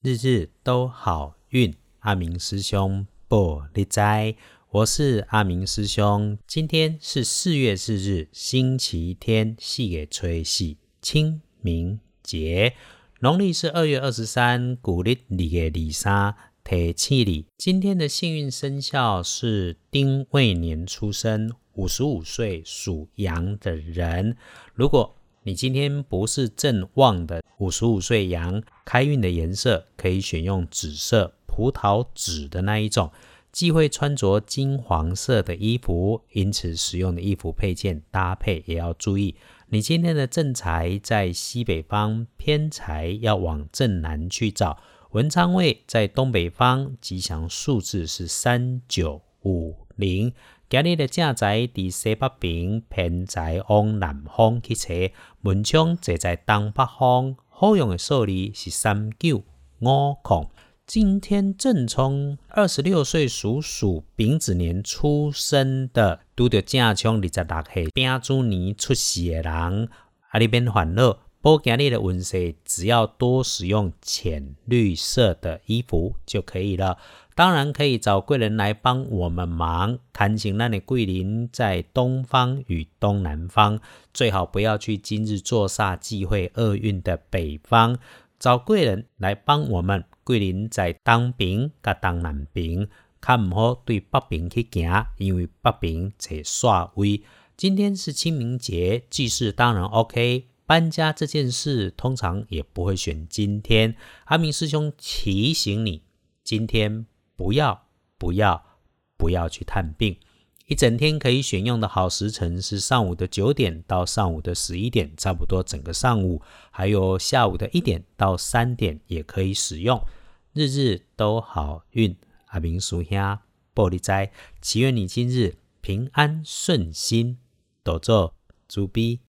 日日都好运，阿明师兄报你知。我是阿明师兄。今天是4月4日星期天，4月初4清明节，农历是2月23，古历2月23，提醒你，今天的幸运生肖是丁未年出生55岁属羊的人。如果你今天不是正旺的55岁羊，开运的颜色可以选用紫色葡萄紫的那一种，忌讳穿着金黄色的衣服，因此使用的衣服配件搭配也要注意。你今天的正财在西北方，偏财要往正南去找。文昌位在东北方，吉祥数字是3950。今日的正财在西北边，偏财往南方去找。文昌坐在东北方，好用的数字是3950。今天正冲26岁属丙子年出生的，拄到正冲26岁丙子年出世的人，你免烦恼。保今日的运势，只要多使用浅绿色的衣服就可以了。当然可以找贵人来帮我们忙，看清咱的贵人在东方与东南方，最好不要去今日坐煞忌讳厄运的北方，找贵人来帮我们。贵人在东边和东南边，较不好对北边去行，因为北边坐煞位。今天是清明节，祭祀当然 OK， 搬家这件事通常也不会选今天。阿明师兄提醒你，今天不要去探病。一整天可以选用的好时辰是上午的9点到上午的11点，差不多整个上午，还有下午的1点到3点也可以使用。日日都好运，阿明师兄报你知，祈愿你今日平安顺心，多做主逼。